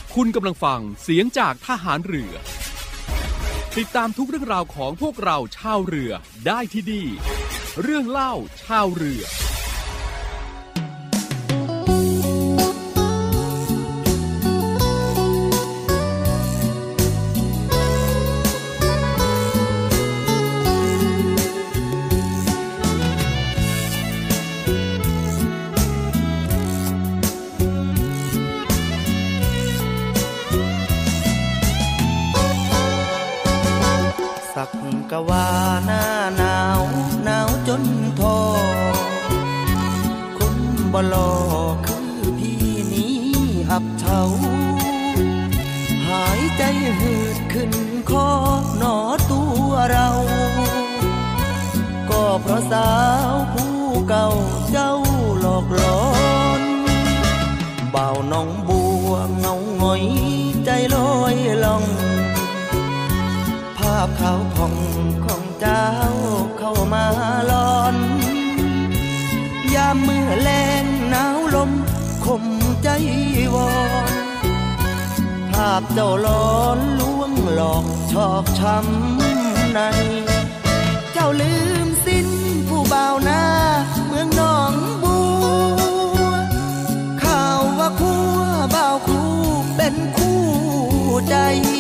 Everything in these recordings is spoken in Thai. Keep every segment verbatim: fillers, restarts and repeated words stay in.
คุณกำลังฟังเสียงจากทหารเรือติดตามทุกเรื่องราวของพวกเราชาวเรือได้ที่นี่เรื่องเล่าชาวเรือสักกะว่าหน้าหนาวหนาวจนทอคนบ่หล่อคือพี่นี้อับเฉาหายใจหืดขึ้นคอหนอตัวเราก็เพราะสาวผู้เก่าเจ้าหลอกหลอนบ่าวน้องบัวเงาหงอยใจลอยล่องภาพขาวผ่องของเจ้าเข้ามาหลอนยามมือแลงหนาวลมคมใจวอนภาพเจ้าหลอนลวงหลอกชอกช้ำในเจ้าลืมสิ้นผู้บ่าวหน้าเมืองหนองบัวข่าวว่าคู่บ่าวครูเป็นคู่ใจ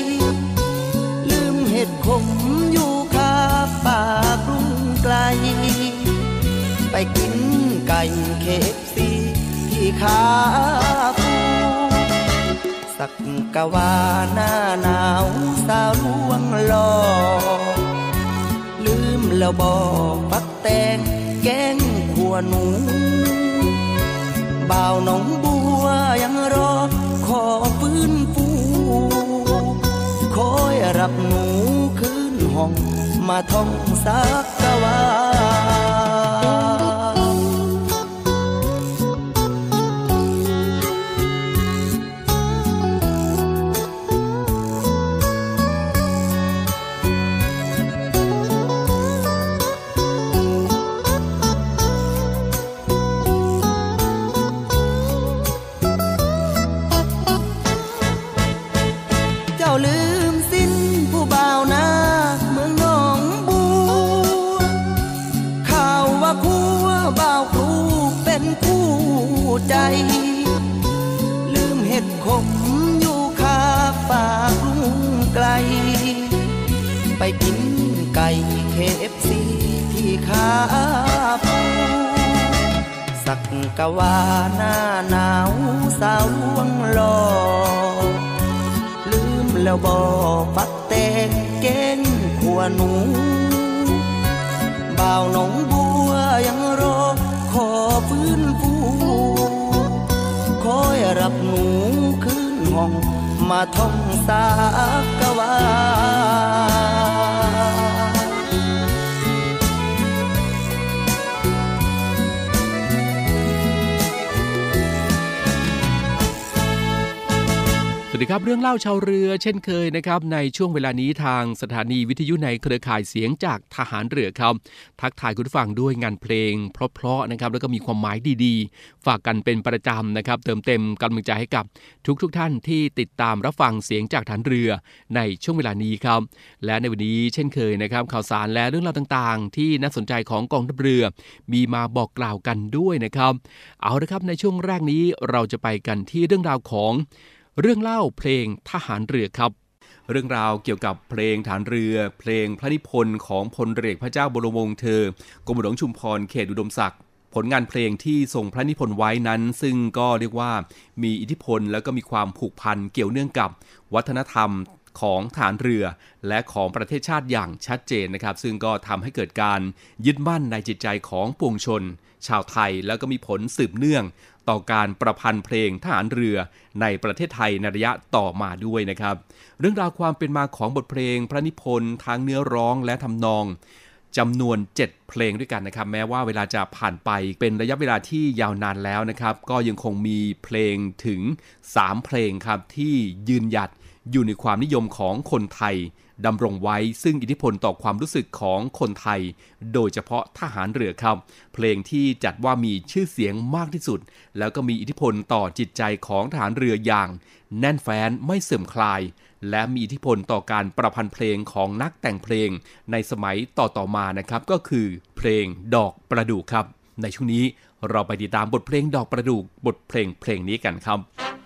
เห็ดขมอยู่คาป่ากรุงไกลไปกินไก่เคฟซีที่ขาปูสักกะว่าหน้าหนาวสาวลวงหลอกลืมแล้วบอกปักแตงแกงขัวหนูบ่าวหนองบัวยังรอขอฟื้นฟูคอยรับหนูคืนห้องมาท่องสักกะว่าเจ้าลืมสิ้นผู้บ่าวหน้าเมืองหนองบัวข่าวว่าคู่บ่าวครูเป็นคู่ใจลืมเห็ดขมอยู่คาป่ากรุงไกลไปกินไก่เคฟซีที่ขาปูสักกะว่าหน้าหนาวสาวลวงหลอกแล้วบอกปักแตงแกงขัวหนูบ่าวหนองบัวยังรอขอฟื้นฟูคอยรับหนูคืนห้องมาท่องสักกะว่าสวัสดีครับเรื่องเล่าชาวเรือเช่นเคยนะครับในช่วงเวลานี้ทางสถานีวิทยุในเครือข่ายเสียงจากทหารเรือครับทักทายคุณผู้ฟังด้วยงานเพลงเพราะๆนะครับแล้วก็มีความหมายดีๆฝากกันเป็นประจำนะครับเติมเต็มกำลังใจให้กับทุกๆ ท่านที่ติดตามรับฟังเสียงจากทหารเรือในช่วงเวลานี้ครับและในวันนี้เช่นเคยนะครับข่าวสารและเรื่องราวต่างๆที่น่าสนใจของกองทัพเรือมีมาบอกกล่าวกันด้วยนะครับเอาละครับในช่วงแรกนี้เราจะไปกันที่เรื่องราวของเรื่องเล่าเพลงทหารเรือครับเรื่องราวเกี่ยวกับเพลงทหารเรือเพลงพระนิพนธ์ของพลเรือพระเจ้าบรมวงศ์เธอกรมหลวงชุมพรเขตอุดมศักดิ์ผลงานเพลงที่ทรงพระนิพนธ์ไว้นั้นซึ่งก็เรียกว่ามีอิทธิพลและก็มีความผูกพันเกี่ยวเนื่องกับวัฒนธรรมของทหารเรือและของประเทศชาติอย่างชัดเจนนะครับซึ่งก็ทำให้เกิดการยึดมั่นในจิตใจของปวงชนชาวไทยแล้วก็มีผลสืบเนื่องต่อการประพันธ์เพลงทหารเรือในประเทศไทยในระยะต่อมาด้วยนะครับเรื่องราวความเป็นมาของบทเพลงพระนิพนธ์ทั้งเนื้อร้องและทำนองจำนวนเจ็ดเพลงด้วยกันนะครับแม้ว่าเวลาจะผ่านไปเป็นระยะเวลาที่ยาวนานแล้วนะครับก็ยังคงมีเพลงถึงสามเพลงครับที่ยืนหยัดอยู่ในความนิยมของคนไทยดำรงไว้ซึ่งอิทธิพลต่อความรู้สึกของคนไทยโดยเฉพาะทหารเรือครับเพลงที่จัดว่ามีชื่อเสียงมากที่สุดแล้วก็มีอิทธิพลต่อจิตใจของทหารเรืออย่างแน่นแฟ้นไม่เสื่อมคลายและมีอิทธิพลต่อการประพันธ์เพลงของนักแต่งเพลงในสมัยต่อๆมานะครับก็คือเพลงดอกประดู่ครับในช่วงนี้เราไปติดตามบทเพลงดอกประดู่บทเพลงเพลงนี้กันครับ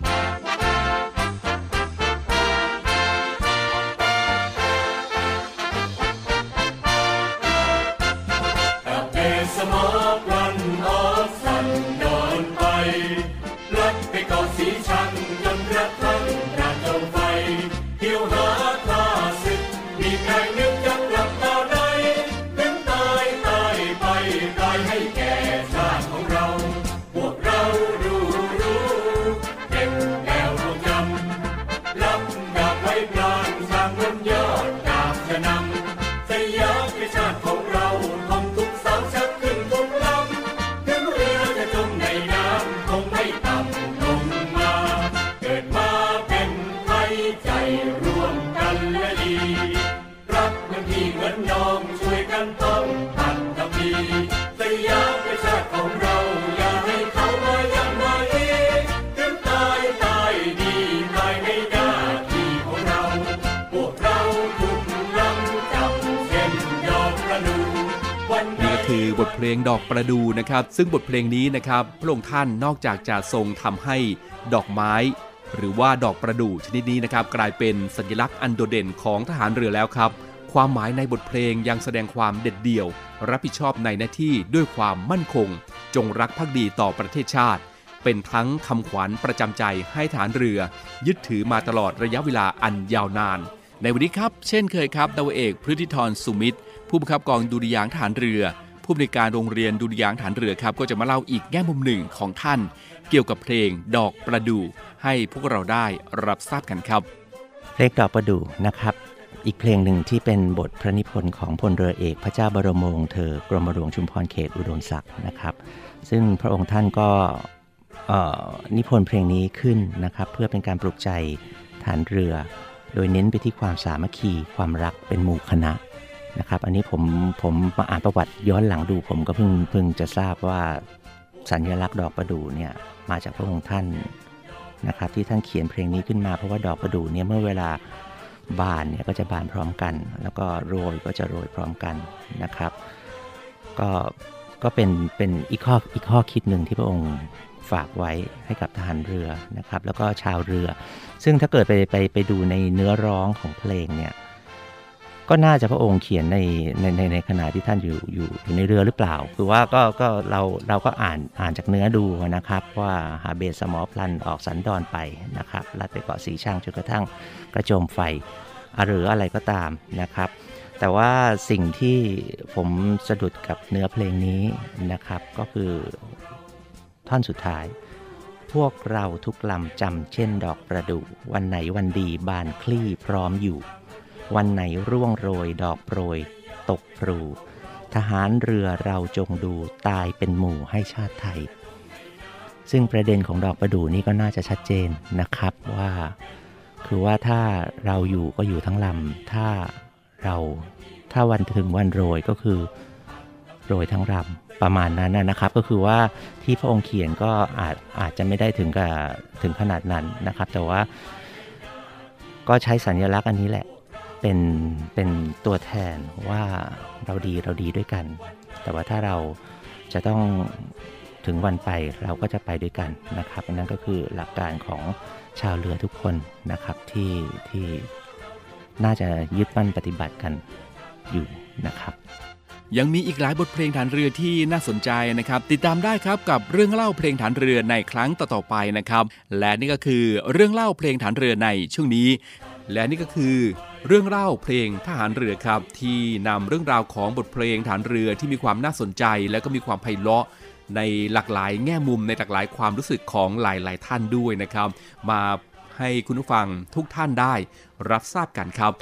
คือบทเพลงดอกประดู่นะครับซึ่งบทเพลงนี้นะครับพระองค์ท่านนอกจากจะทรงทำให้ดอกไม้หรือว่าดอกประดู่ชนิดนี้นะครับกลายเป็นสัญลักษณ์อันโดดเด่นของทหารเรือแล้วครับความหมายในบทเพลงยังแสดงความเด็ดเดี่ยวรับผิดชอบในหน้าที่ด้วยความมั่นคงจงรักภักดีต่อประเทศชาติเป็นทั้งคำขวัญประจำใจให้ทหารเรือยึดถือมาตลอดระยะเวลาอันยาวนานในวันนี้ครับเช่นเคยครับดาวเอกพฤทธิธรสุมิตรผู้บังคับกองดุริยางค์ทหารเรือผู้อำนวยการโรงเรียนดุริยางค์ทหารเรือครับก็จะมาเล่าอีกแง่มุมหนึ่งของท่านเกี่ยวกับเพลงดอกประดู่ให้พวกเราได้รับทราบกันครับเพลงดอกประดู่นะครับอีกเพลงหนึ่งที่เป็นบทพระนิพนธ์ของพลเรือเอกพระเจ้าบรมวงศ์เธอกรมหลวงชุมพรเขตอุดมศักดิ์นะครับซึ่งพระองค์ท่านก็นิพนธ์เพลงนี้ขึ้นนะครับเพื่อเป็นการปลุกใจทหารเรือโดยเน้นไปที่ความสามัคคีความรักเป็นหมู่คณะนะครับอันนี้ผมผมมาอ่านประวัติย้อนหลังดูผมก็เพิ่งเพิ่งจะทราบว่าสัญลักษณ์ดอกประดู่เนี่ยมาจากพระองค์ท่านนะครับที่ท่านเขียนเพลงนี้ขึ้นมาเพราะว่าดอกประดู่เนี่ยเมื่อเวลาบานเนี่ยก็จะบานพร้อมกันแล้วก็โรยก็จะโรยพร้อมกันนะครับก็ก็เป็นเป็นอีกข้ออีกข้อคิดหนึ่งที่พระองค์ฝากไว้ให้กับทหารเรือนะครับแล้วก็ชาวเรือซึ่งถ้าเกิดไปไปไปดูในเนื้อร้องของเพลงเนี่ยก็น่าจะพระองค์เขียนในในในในขณะที่ท่านอยู่อยู่อยู่ในเรือหรือเปล่าคือว่าก็ก็เราเราก็อ่านอ่านจากเนื้อดูนะครับว่าหาเบสสมอพลันออกสันดอนไปนะครับลัดไปเกาะสีชังจนกระทั่งกระโจมไฟหรืออะไรก็ตามนะครับแต่ว่าสิ่งที่ผมสะดุดกับเนื้อเพลงนี้นะครับก็คือท่อนสุดท้ายพวกเราทุกลำจำเช่นดอกประดู่วันไหนวันดีบานคลี่พร้อมอยู่วันไหนร่วงโรยดอกโปรยตกปรูทหารเรือเราจงดูตายเป็นหมู่ให้ชาติไทยซึ่งประเด็นของดอกประดู่นี้ก็น่าจะชัดเจนนะครับว่าคือว่าถ้าเราอยู่ก็อยู่ทั้งลำถ้าเราถ้าวันถึงวันโรยก็คือโรยทั้งลำประมาณนั้นนะครับก็คือว่าที่พระองค์เขียนก็อาจอาจจะไม่ได้ถึงกับถึงขนาดนั้นนะครับแต่ว่าก็ใช้สัญลักษณ์อันนี้แหละเป็นเป็นตัวแทนว่าเราดีเราดีด้วยกันแต่ว่าถ้าเราจะต้องถึงวันไปเราก็จะไปด้วยกันนะครับนั่นก็คือหลักการของชาวเรือทุกคนนะครับที่ที่น่าจะยึดมั่นปฏิบัติกันอยู่นะครับยังมีอีกหลายบทเพลงฐานเรือที่น่าสนใจนะครับติดตามได้ครับกับเรื่องเล่าเพลงฐานเรือในครั้งต่อๆไปนะครับและนี่ก็คือเรื่องเล่าเพลงฐานเรือในช่วงนี้และนี่ก็คือเรื่องเล่าเพลงทหารเรือครับที่นำเรื่องราวของบทเพลงฐานเรือที่มีความน่าสนใจและก็มีความไพเราะในหลากหลายแง่มุมในหลากหลายความรู้สึกของหลายๆท่านด้วยนะครับมาให้คุณผู้ฟังทุกท่านได้รับทราบกันครับ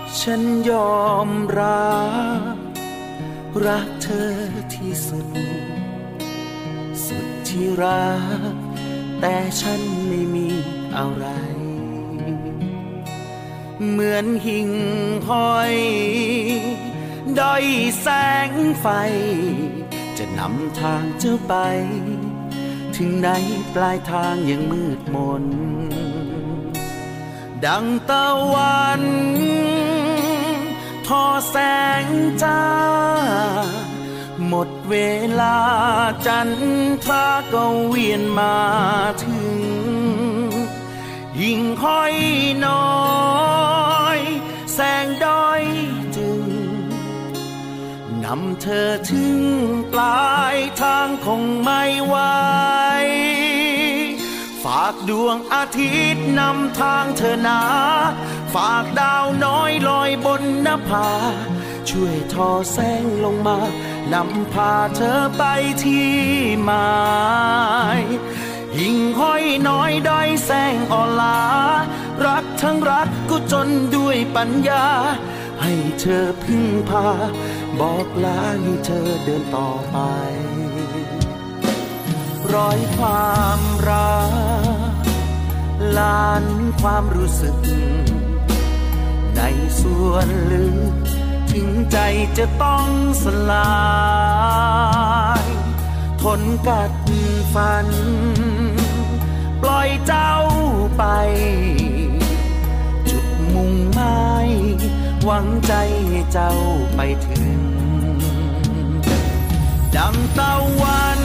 ฉันยอมรับรักเธอที่สุดสุดที่รักแต่ฉันไม่มีอะไรเหมือนหิ่งห้อยด้อยแสงไฟจะนำทางเจ้าไปถึงไหนปลายทางยังมืดมนดังตะวันทอแสงจ้าหมดเวลาจันทราก็เวียนมาถึงหิ่งห้อยน้อยแสงด้อยจึงนำเธอถึงปลายทางคงไม่ไหวฝากดวงอาทิตย์นำทางเธอนาฝากดาวน้อยลอยบนนภาช่วยทอแสงลงมานำพาเธอไปที่หมายหิ่งห้อยน้อยด้อยแสงอ่อนล้ารักทั้งรักก็จนด้วยปัญญาให้เธอพึ่งพาบอกลาให้เธอเดินต่อไปร้อยความรักล้านความรู้สึกในส่วนลึกถึงใจจะต้องสลายทนกัดฟันปล่อยเจ้าไปจุดมุ่งหมายหวังใจให้เจ้าไปถึงดังตะวัน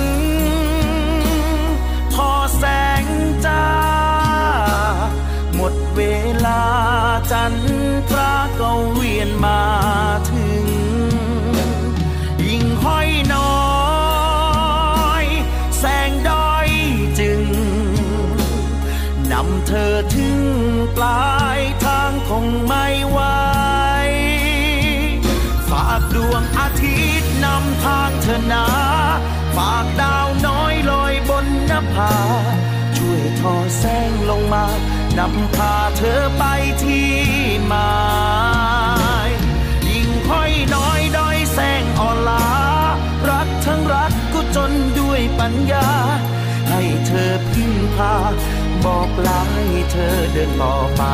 ทอแสงจ้าหมดเวลาจันทราก็เวียนมาถึงหิ่งห้อยน้อยแสงด้อยจึงนำเธอถึงปลายทางคงไม่ไหวฝากดวงอาทิตย์นำทางเธอนาฝากดาวน้อยลอยบนนภาช่วยทอแสงลงมานำพาเธอไปที่หมายหิ่งห้อยน้อยด้อยแสงอ่อนล้ารักทั้งรักก็จนด้วยปัญญาให้เธอพึ่งพาบอกลาให้เธอเดินต่อไป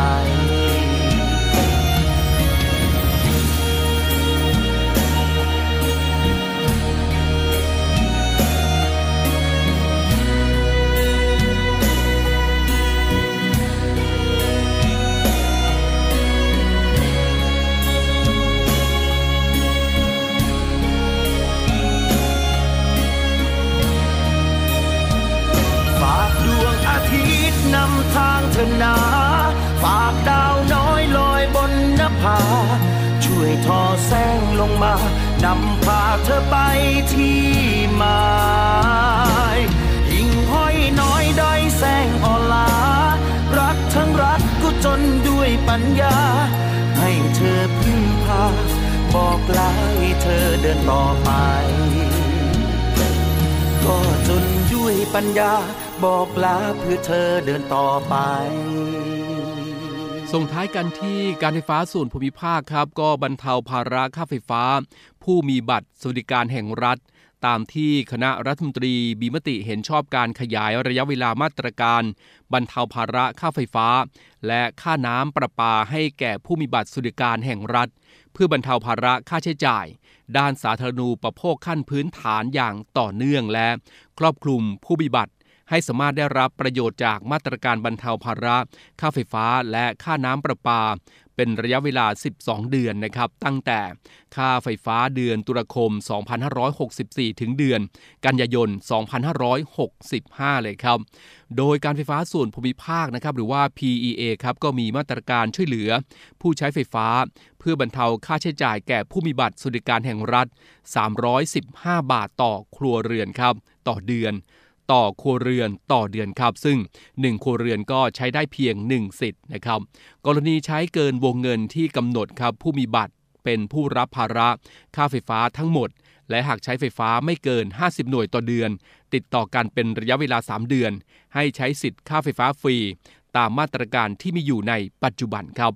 นำทางเธอนาฝากดาวน้อยลอยบนนภาช่วยทอแสงลงมานำพาเธอไปที่หมายหิ่งห้อยน้อยด้อยแสงอ่อนล้ารักทั้งรักก็จนด้วยปัญญาให้เธอพึ่งพาบอกลาให้เธอเดินต่อไปก็จนด้วยปัญญาบอกลาเพื่อเธอเดินต่อไปส่งท้ายกันที่การไฟฟ้าส่วนภูมิภาคครับก็บรรเทาภาระค่าไฟฟ้าผู้มีบัตรสวัสดิการแห่งรัฐตามที่คณะรัฐมนตรีมีมติเห็นชอบการขยายระยะเวลามาตรการบรรเทาภาระค่าไฟฟ้าและค่าน้ำประปาให้แก่ผู้มีบัตรสวัสดิการแห่งรัฐเพื่อบรรเทาภาระค่าใช้จ่ายด้านสาธารณูปโภคขั้นพื้นฐานอย่างต่อเนื่องและครอบคลุมผู้มีบัตรให้สามารถได้รับประโยชน์จากมาตรการบรรเทาภาระค่าไฟฟ้าและค่าน้ำประปาเป็นระยะเวลาสิบสองเดือนนะครับตั้งแต่ค่าไฟฟ้าเดือนตุลาคมสองพันห้าร้อยหกสิบสี่ถึงเดือนกันยายนสองพันห้าร้อยหกสิบห้าเลยครับโดยการไฟฟ้าส่วนภูมิภาคนะครับหรือว่า พี อี เอ ครับก็มีมาตรการช่วยเหลือผู้ใช้ไฟฟ้าเพื่อบรรเทาค่าใช้จ่ายแก่ผู้มีบัตรสวัสดิการแห่งรัฐสามร้อยสิบห้าบาทต่อครัวเรือนครับต่อเดือนต่อครัวเรือนต่อเดือนครับซึ่งหนึ่งครัวเรือนก็ใช้ได้เพียงหนึ่งสิทธิ์นะครับกรณีใช้เกินวงเงินที่กำหนดครับผู้มีบัตรเป็นผู้รับภาระค่าไฟฟ้าทั้งหมดและหากใช้ไฟฟ้าไม่เกินห้าสิบหน่วยต่อเดือนติดต่อกันเป็นระยะเวลาสามเดือนให้ใช้สิทธิ์ค่าไฟฟ้าฟรีตามมาตรการที่มีอยู่ในปัจจุบันครับ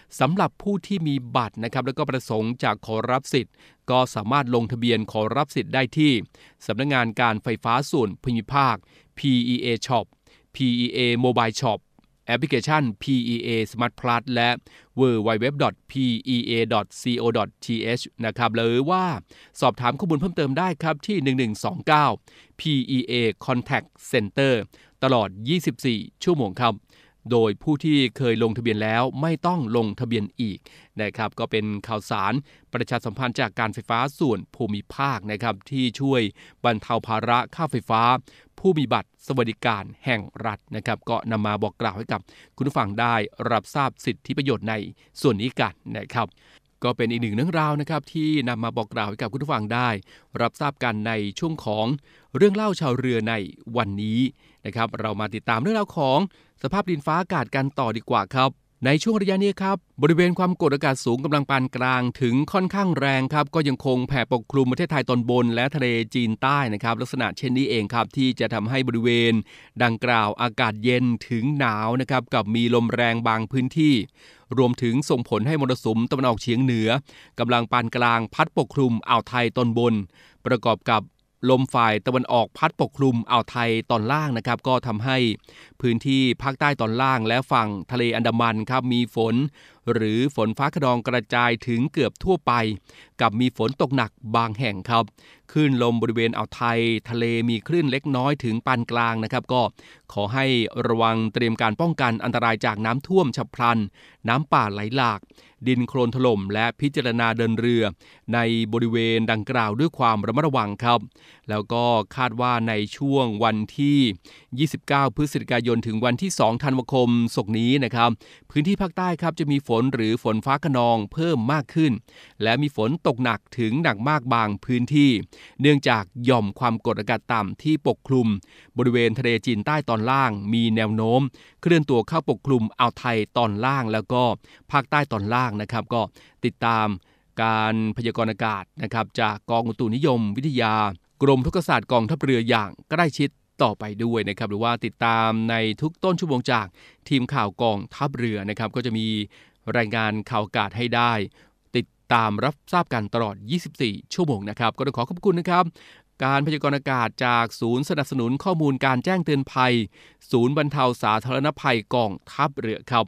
สำหรับผู้ที่มีบัตรนะครับแล้วก็ประสงค์จะขอรับสิทธิ์ก็สามารถลงทะเบียนขอรับสิทธิ์ได้ที่สำนักงานการไฟฟ้าส่วนภูมิภาค พี อี เอ Shop พี อี เอ Mobile Shop แอปพลิเคชัน พี อี เอ Smart Plus และ ดับเบิลยู ดับเบิลยู ดับเบิลยู ดอท พี อี เอ ดอท ซี โอ ดอท ที เอช นะครับหรือว่าสอบถามข้อมูลเพิ่มเติมได้ครับที่หนึ่งหนึ่งสองเก้า พี อี เอ Contact Center ตลอดยี่สิบสี่ชั่วโมงครับโดยผู้ที่เคยลงทะเบียนแล้วไม่ต้องลงทะเบียนอีกนะครับก็เป็นข่าวสารประชาสัมพันธ์จากการไฟฟ้าส่วนภูมิภาคนะครับที่ช่วยบรรเทาภาระค่าไฟฟ้าผู้มีบัตรสวัสดิการแห่งรัฐนะครับก็นำมาบอกกล่าวให้กับคุณผู้ฟังได้รับทราบสิทธิประโยชน์ในส่วนนี้กันนะครับก็เป็นอีกหนึ่งเรื่องราวนะครับที่นำมาบอกกล่าวให้กับคุณผู้ฟังได้รับทราบกันในช่วงของเรื่องเล่าชาวเรือในวันนี้นะครับเรามาติดตามเรื่องราวของสภาพดินฟ้าอากาศกันต่อดีกว่าครับในช่วงระยะนี้ครับบริเวณความกดอากาศสูงกำลังปานกลางถึงค่อนข้างแรงครับก็ยังคงแผ่ปกคลุมประเทศไทยตอนบนและทะเลจีนใต้นะครับลักษณะเช่นนี้เองครับที่จะทำให้บริเวณดังกล่าวอากาศเย็นถึงหนาวนะครับกับมีลมแรงบางพื้นที่รวมถึงส่งผลให้มรสุมตะวันออกเฉียงเหนือกำลังปานกลางพัดปกคลุมอ่าวไทยตอนบนประกอบกับลมฝ่ายตะวันออกพัดปกคลุมอ่าวไทยตอนล่างนะครับก็ทำให้พื้นที่ภาคใต้ตอนล่างและฝั่งทะเลอันดามันครับมีฝนหรือฝนฟ้าคะนองกระจายถึงเกือบทั่วไปกับมีฝนตกหนักบางแห่งครับคลื่นลมบริเวณอ่าวไทยทะเลมีคลื่นเล็กน้อยถึงปานกลางนะครับก็ขอให้ระวังเตรียมการป้องกันอันตรายจากน้ำท่วมฉับพลันน้ำป่าไหลหลากดินโคลนถล่มและพิจารณาเดินเรือในบริเวณดังกล่าวด้วยความระมัดระวังครับแล้วก็คาดว่าในช่วงวันที่ยี่สิบเก้าพฤศจิกายนถึงวันที่สองธันวาคมศกนี้นะครับพื้นที่ภาคใต้ครับจะมีฝนหรือฝนฟ้าคะนองเพิ่มมากขึ้นและมีฝนตกหนักถึงหนักมากบางพื้นที่เนื่องจากหย่อมความกดอากาศต่ำที่ปกคลุมบริเวณทะเลจีนใต้ตอนล่างมีแนวโน้มเคลื่อนตัวเข้าปกคลุมอ่าวไทยตอนล่างแล้วก็ภาคใต้ตอนล่างนะครับก็ติดตามการพยากรณ์อากาศนะครับจากกองอุตุนิยมวิทยากรมทุกศาสตร์กองทัพเรืออย่างใกล้ชิดต่อไปด้วยนะครับหรือว่าติดตามในทุกต้นชั่วโมงจากทีมข่าวกองทัพเรือนะครับก็จะมีรายงานข่าวอากาศให้ได้ติดตามรับทราบกันตลอดยี่สิบสี่ชั่วโมงนะครับก็ต้องขอขอบคุณนะครับการพยากรณ์อากาศจากศูนย์สนับสนุนข้อมูลการแจ้งเตือนภัยศูนย์บรรเทาสาธารณภัยกองทัพเรือครับ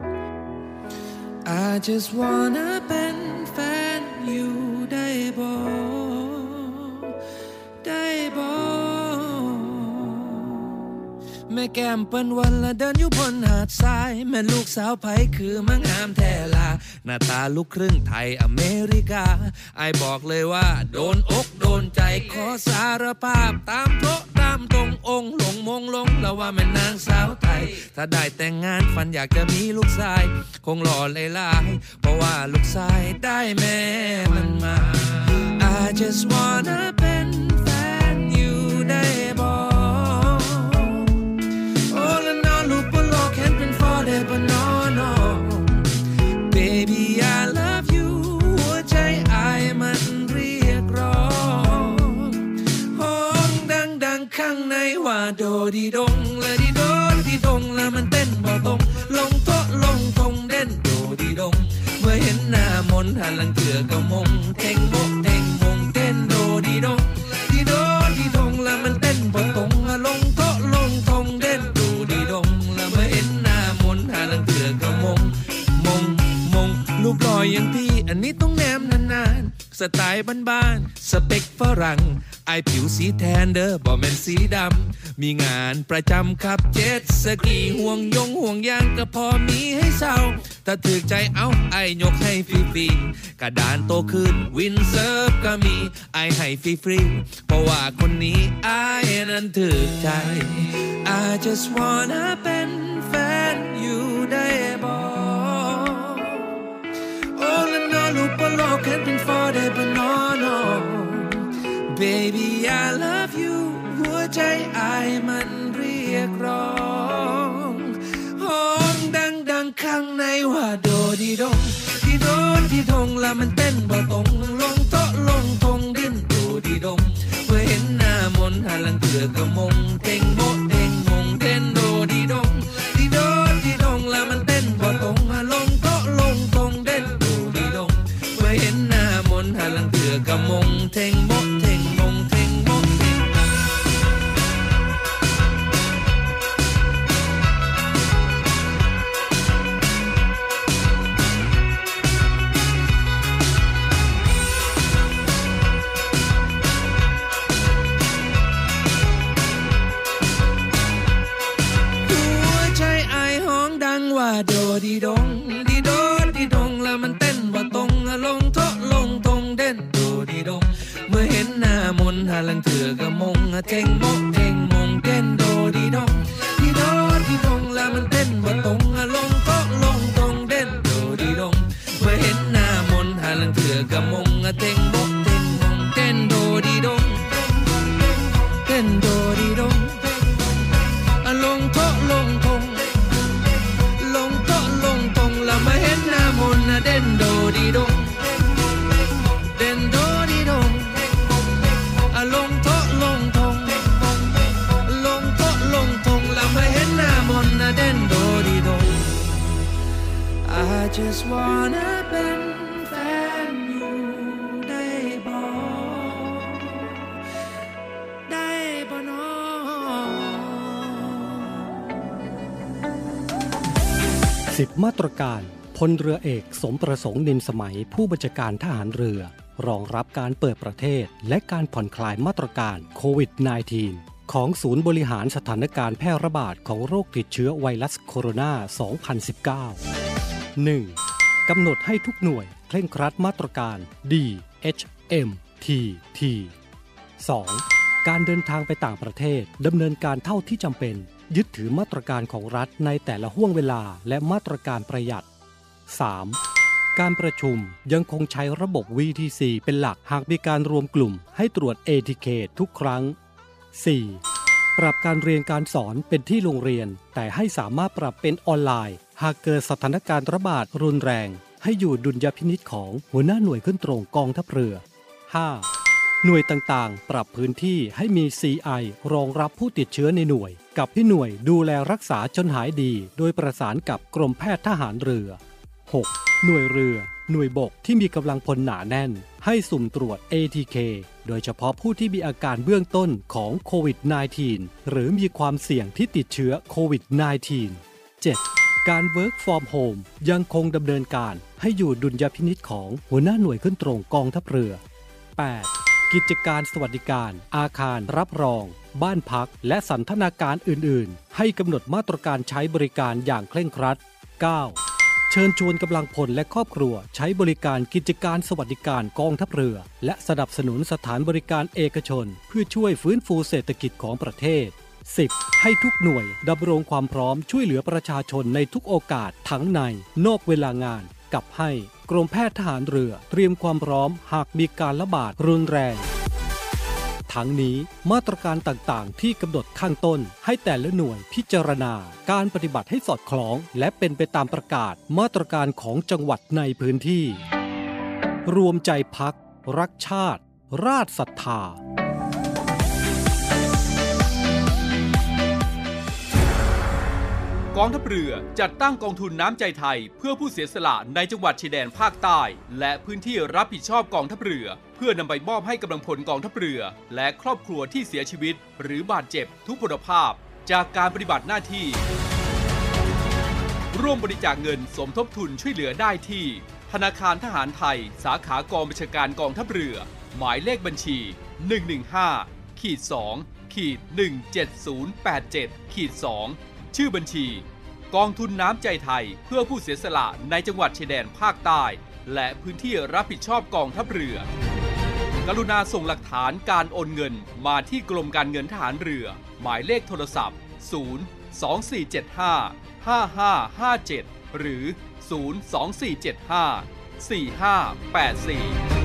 I just wanna เป็นแฟนอยู่ได้บ่ได้บ่แม่แก้มเปิ้นวันละเดินอยู่บนหาดทรายแม่ลูกสาวไผคือมังงามแท้ลาหน้าตาลูกครึ่งไทยอเมริกาไอบอกเลยว่าโดนอกโดนใจขอสารภาพตามโตะตามตรงองค์หลงมงลงแล้วว่าแม่นางสาวไทยถ้าได้แต่งงานฝันอยากจะมีลูกชายคงหล่อหลายๆเพราะว่าลูกชายได้แม่มันมา I just wanna เป็นแฟนอยู่ได้บ่But no, no Baby, I love you หัวใจอายมันเรียกร้องห้องดังๆข้างในว่าโดดีดงและดีโดดีดงแล้วมันเต้นบ่ตรงลงโต๊ะลงทงเด่นโดดีดงเมื่อเห็นหน้ามนหันหลังเถื่อก็มงเท่งโบเท่งมงเต้นโดดีดงดีโดดีดงแล้วมันเต้นบ่ตรงลงโต๊ะลงทงเด่นโดดีดงแล้วเมื่อเห็นหาลังเถื่อก็มงมงมงรูปหล่ออย่างพี่อันนี้ต้องแนมนานๆสไตล์บ้านๆสเปคฝรั่งไอผิวสีแทนเด้อบ่แม่นสีดำมีงานประจำขับเจ็ตสกีห่วงยงห่วงยางก็พอมีให้เศร้าถ้าถึกใจเอาไอยกให้ฟรีๆกระดานโตขึ้นวินเซิร์ฟก็มีไอให้ฟรีๆเพราะว่าคนนี้ไอนั้นถึกใจ I just wanna เป็นแฟนอยู่ได้บ่โอ้ละนอลูกบ่โลกแค่เป็น for that but no no Baby I love you หัวใจอายมันเรียกร้องห้องดังๆข้างในว่าโดดีดงดีโดดีดงแล้วมันเต้นบ่ตรงลงโต๊ะลงทงดิ้นโดดีดงเมื่อเห็นหน้ามนหันหลังเถื่อก็มงเท่งโมเท่งมงเต้นโดดีดงดีโดดีดงแล้วมันเต้นบ่ตรงลงโต๊ะลงทงเด้เท่งโมเท่งมงเต้นโดดีดงดีโดดีดงแล้วมันเต้นบ่ตรงอะลงโต๊ะลงตรงเต้นโดดีดงเมื่อเห็นหน้ามนหาลังเถื่อกะมงอะเท่งโมเท่งมงเต้นโดดีดงเต้นโดดีดงอะลงโต๊ะลงทงลงโต๊ะลงตรงแล้วมาเห็นหน้ามนอะเต้นโดดีดงเต้นโดดีดงอะลงโต๊ะลงทงลงโต๊ะลงทงแล้วมาเห็นหน้ามนอะเต้นโดดีดง I just wanna เป็นแฟนอยู่ได้บ่ได้บ่น้อสิบมาตรการพลเรือเอกสมประสงค์นินสมัยผู้บัญชาการทหารเรือรองรับการเปิดประเทศและการผ่อนคลายมาตรการโควิด สิบเก้า ของศูนย์บริหารสถานการณ์แพร่ระบาดของโรคติดเชื้อไวรัสโคโรนา สองพันสิบเก้า หนึ่ง กำหนดให้ทุกหน่วยเคร่งครัดมาตรการ ดี เอช เอ็ม ที ที สอง การเดินทางไปต่างประเทศดำเนินการเท่าที่จำเป็นยึดถือมาตรการของรัฐในแต่ละห่วงเวลาและมาตรการประหยัด สาม การประชุมยังคงใช้ระบบ วี ที ซี เป็นหลักหากมีการรวมกลุ่มให้ตรวจ เอ ที เค ทุกครั้ง สี่ ปรับการเรียนการสอนเป็นที่โรงเรียนแต่ให้สามารถปรับเป็นออนไลน์หากเกิดสถานการณ์ระบาดรุนแรงให้อยู่ดุลยพินิจของหัวหน้าหน่วยขึ้นตรงกองทัพเรือ ห้า หน่วยต่างๆปรับพื้นที่ให้มี ซี ไอ รองรับผู้ติดเชื้อในหน่วยกับที่หน่วยดูแลรักษาจนหายดีโดยประสานกับกรมแพทย์ทหารเรือ หก หน่วยเรือหน่วยบกที่มีกำลังพลหนาแน่นให้สุ่มตรวจ เอ ที เค โดยเฉพาะผู้ที่มีอาการเบื้องต้นของโควิด สิบเก้า หรือมีความเสี่ยงที่ติดเชื้อโควิด สิบเก้า เจ็ด การ Work from Home ยังคงดำเนินการให้อยู่ดุลยพินิจของหัวหน้าหน่วยขึ้นตรงกองทัพเรือ แปด กิจการสวัสดิการอาคารรับรองบ้านพักและสันทนาการอื่นๆให้กำหนดมาตรการใช้บริการอย่างเคร่งครัด เก้า เชิญชวนกำลังพลและครอบครัวใช้บริการกิจการสวัสดิการกองทัพเรือและสนับสนุนสถานบริการเอกชนเพื่อช่วยฟื้นฟูเศรษฐกิจของประเทศ สิบ ให้ทุกหน่วยดำรงความพร้อมช่วยเหลือประชาชนในทุกโอกาสทั้งในนอกเวลางานกับให้กรมแพทย์ทหารเรือเตรียมความพร้อมหากมีการระบาดรุนแรงทั้งนี้มาตรการต่างๆที่กำหนดข้างต้นให้แต่ละหน่วยพิจารณาการปฏิบัติให้สอดคล้องและเป็นไปตามประกาศมาตรการของจังหวัดในพื้นที่รวมใจพักรักชาติราชศรัทธากองทัพเรือจัดตั้งกองทุนน้ำใจไทยเพื่อผู้เสียสละในจังหวัดชายแดนภาคใต้และพื้นที่รับผิดชอบกองทัพเรือเพื่อนำไปมอบให้กำลังพลกองทัพเรือและครอบครัวที่เสียชีวิตหรือบาดเจ็บทุกพลภาพจากการปฏิบัติหน้าที่ร่วมบริจาคเงินสมทบทุนช่วยเหลือได้ที่ธนาคารทหารไทยสาขากองบัญชาการกองทัพเรือหมายเลขบัญชี หนึ่ง หนึ่ง ห้า สอง หนึ่ง เจ็ด ศูนย์ แปด เจ็ด สองชื่อบัญชีกองทุนน้ำใจไทยเพื่อผู้เสียสละในจังหวัดชายแดนภาคใต้และพื้นที่รับผิดชอบกองทัพเรือกรุณาส่งหลักฐานการโอนเงินมาที่กรมการเงินทหารเรือหมายเลขโทรศัพท์ ศูนย์ สอง สี่ เจ็ด ห้า ห้า ห้า ห้า เจ็ด หรือ ศูนย์ สอง สี่ เจ็ด ห้า สี่ ห้า แปด สี่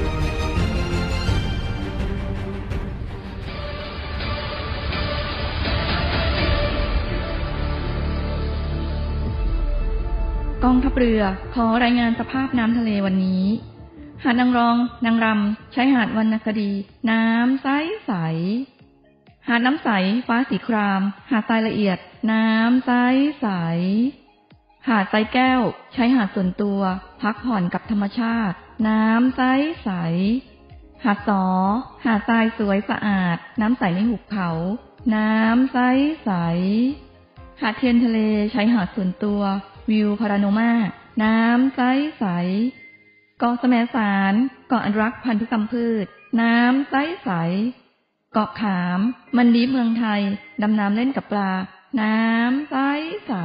กองทัพเรือขอรายงานสภาพน้ำทะเลวันนี้หาดนางรองนางรำชายหาดวรรณคดีน้ำใสใสหาดน้ำใสฟ้าสีครามหาดทรายละเอียดน้ำใสใสหาดทรายแก้วชายหาดส่วนตัวพักผ่อนกับธรรมชาติน้ำใสใสหาดสอหาดทรายสวยสะอาดน้ำใสในหุบเขาน้ำใสใสหาดเทียนทะเลชายหาดส่วนตัววิวพาราโนมาน้ำใสใสเกาะแสมสารเกาะอนุรักษ์พันธุกรรมพืชน้ำใสใสเกาะขามมันดีเมืองไทยดำน้ำเล่นกับปลาน้ำใสใส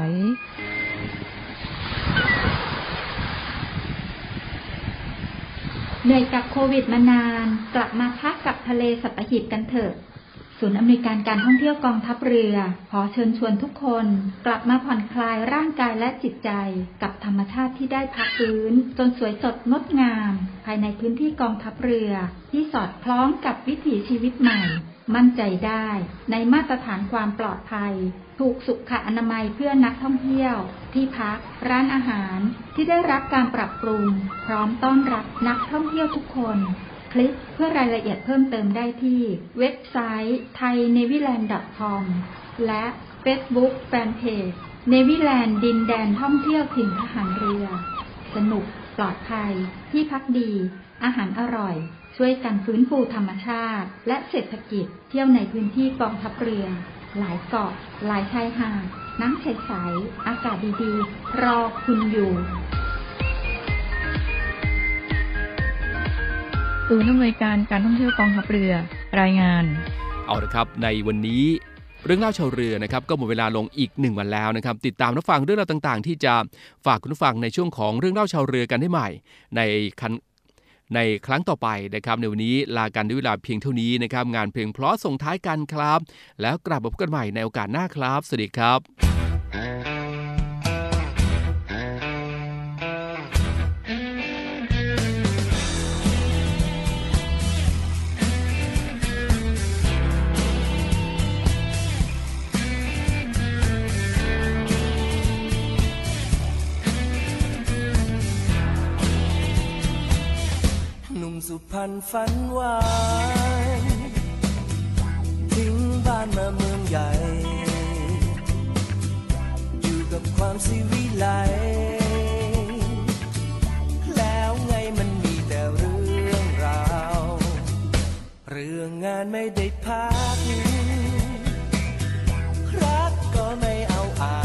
เหนื่อยกับโควิดมานานกลับมาพักกับทะเลสัตหีบกันเถอะศูนย์อำนวยการการท่องเที่ยวกองทัพเรือขอเชิญชวนทุกคนกลับมาผ่อนคลายร่างกายและจิตใจกับธรรมชาติที่ได้พักฟื้นจนสวยสดงดงามภายในพื้นที่กองทัพเรือที่สอดคล้องกับวิถีชีวิตใหม่มั่นใจได้ในมาตรฐานความปลอดภัยถูกสุขอนามัยเพื่อนักท่องเที่ยวที่พักร้านอาหารที่ได้รับการปรับปรุงพร้อมต้อนรับนักท่องเที่ยวทุกคนคลิกเพื่อรายละเอียดเพิ่มเติมได้ที่เว็บไซต์ ไทยเนวิแลนด์ ดอท คอม และ Facebook Fanpage เนวิแลนด์ดินแดนท่องเที่ยวถิ่นทหารเรือสนุกปลอดภัยที่พักดีอาหารอร่อยช่วยกันฟื้นฟูธรรมชาติและเศรษฐกิจเที่ยวในพื้นที่กองทัพเรือหลายเกาะหลายชายหาดน้ำใสๆอากาศดีๆรอคุณอยู่ศูนย์อำนวยการการท่องเที่ยวกองทัพเรือรายงานเอาละครับในวันนี้เรื่องเล่าชาวเรือนะครับก็หมดเวลาลงอีกหนึ่งวันแล้วนะครับติดตามรับฟังเรื่องราวต่างๆที่จะฝากคุณผู้ฟังในช่วงของเรื่องเล่าชาวเรือกันได้ใหม่ในคันในครั้งต่อไปนะครับในวันนี้ลากันด้วยเวลาเพียงเท่านี้นะครับงานเพลงเพราะส่งท้ายกันครับแล้วกลับมาพบกันใหม่ในโอกาสหน้าครับสวัสดีครับสุพรรณฝันหวานทิ้งบ้านมาเมืองใหญ่อยู่กับความสิวิไลแล้วไงมันมีแต่เรื่องราวเรื่องงานไม่ได้พักรักก็ไม่เอาเอา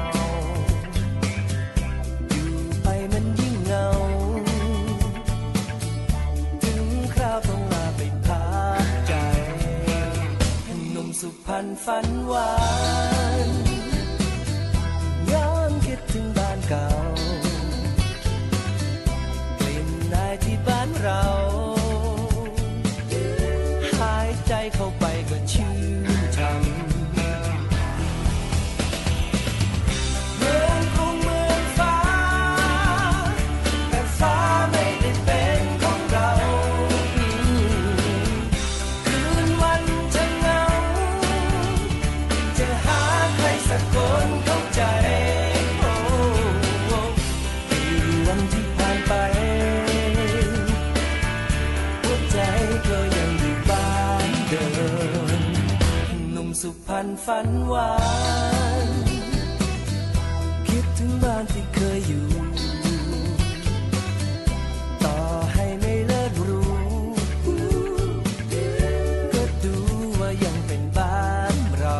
อยู่ไปมันยิ่งเหงาสุพรรณฝันหวานย้อนคิดถึงบ้านเก่ากลิ่นนายที่บ้านเราหายใจเข้าไปก็ชื่นช่ำเมืองคงเมืองฟ้าแต่ฟ้าไม่ได้เป็นของเราคนเข้าใจโอ้ปีวันที่ผ่านไปหัวใจก็ยังอยู่บ้านเดิมหนุ่มสุพรรณฝันหวานคิดถึงบ้านที่เคยอยู่ต่อให้ไม่เลิศหรูก็ดูว่ายังเป็นบ้านเรา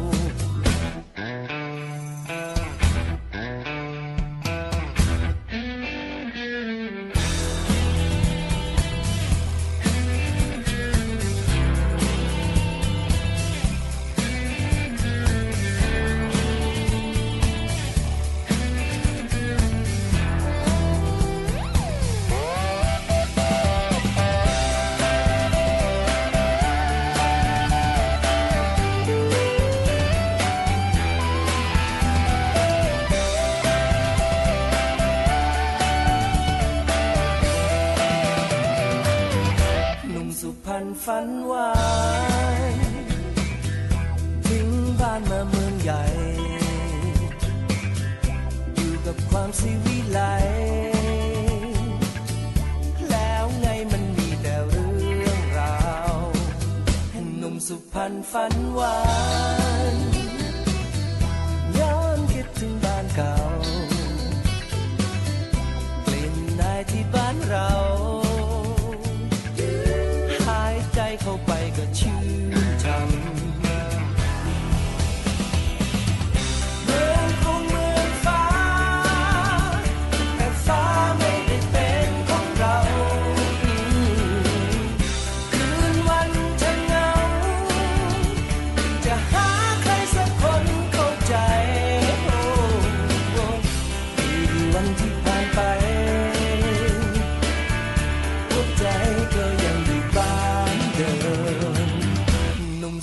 ฝันหวานทิ้งบ้านมาเมืองใหญ่อยู่กับความสิวิไลแล้วไงมันมีแต่เรื่องราวหนุ่มสุพรรณฝันหวานย้อนคิดถึงบ้านเก่ากลิ่นนายที่บ้านเราเข้าไปก็ชื่นช่ำเมืองคงเมืองฟ้าแต่ฟ้าไม่ได้เป็นของเราคืนวันจะเหงาจะหาใครสักคนเข้าใจโอ้ปีวันที่ผ่านไป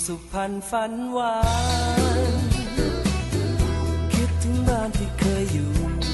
สุพรรณฝันหวานคิดถึงบ้านที่เคยอยู่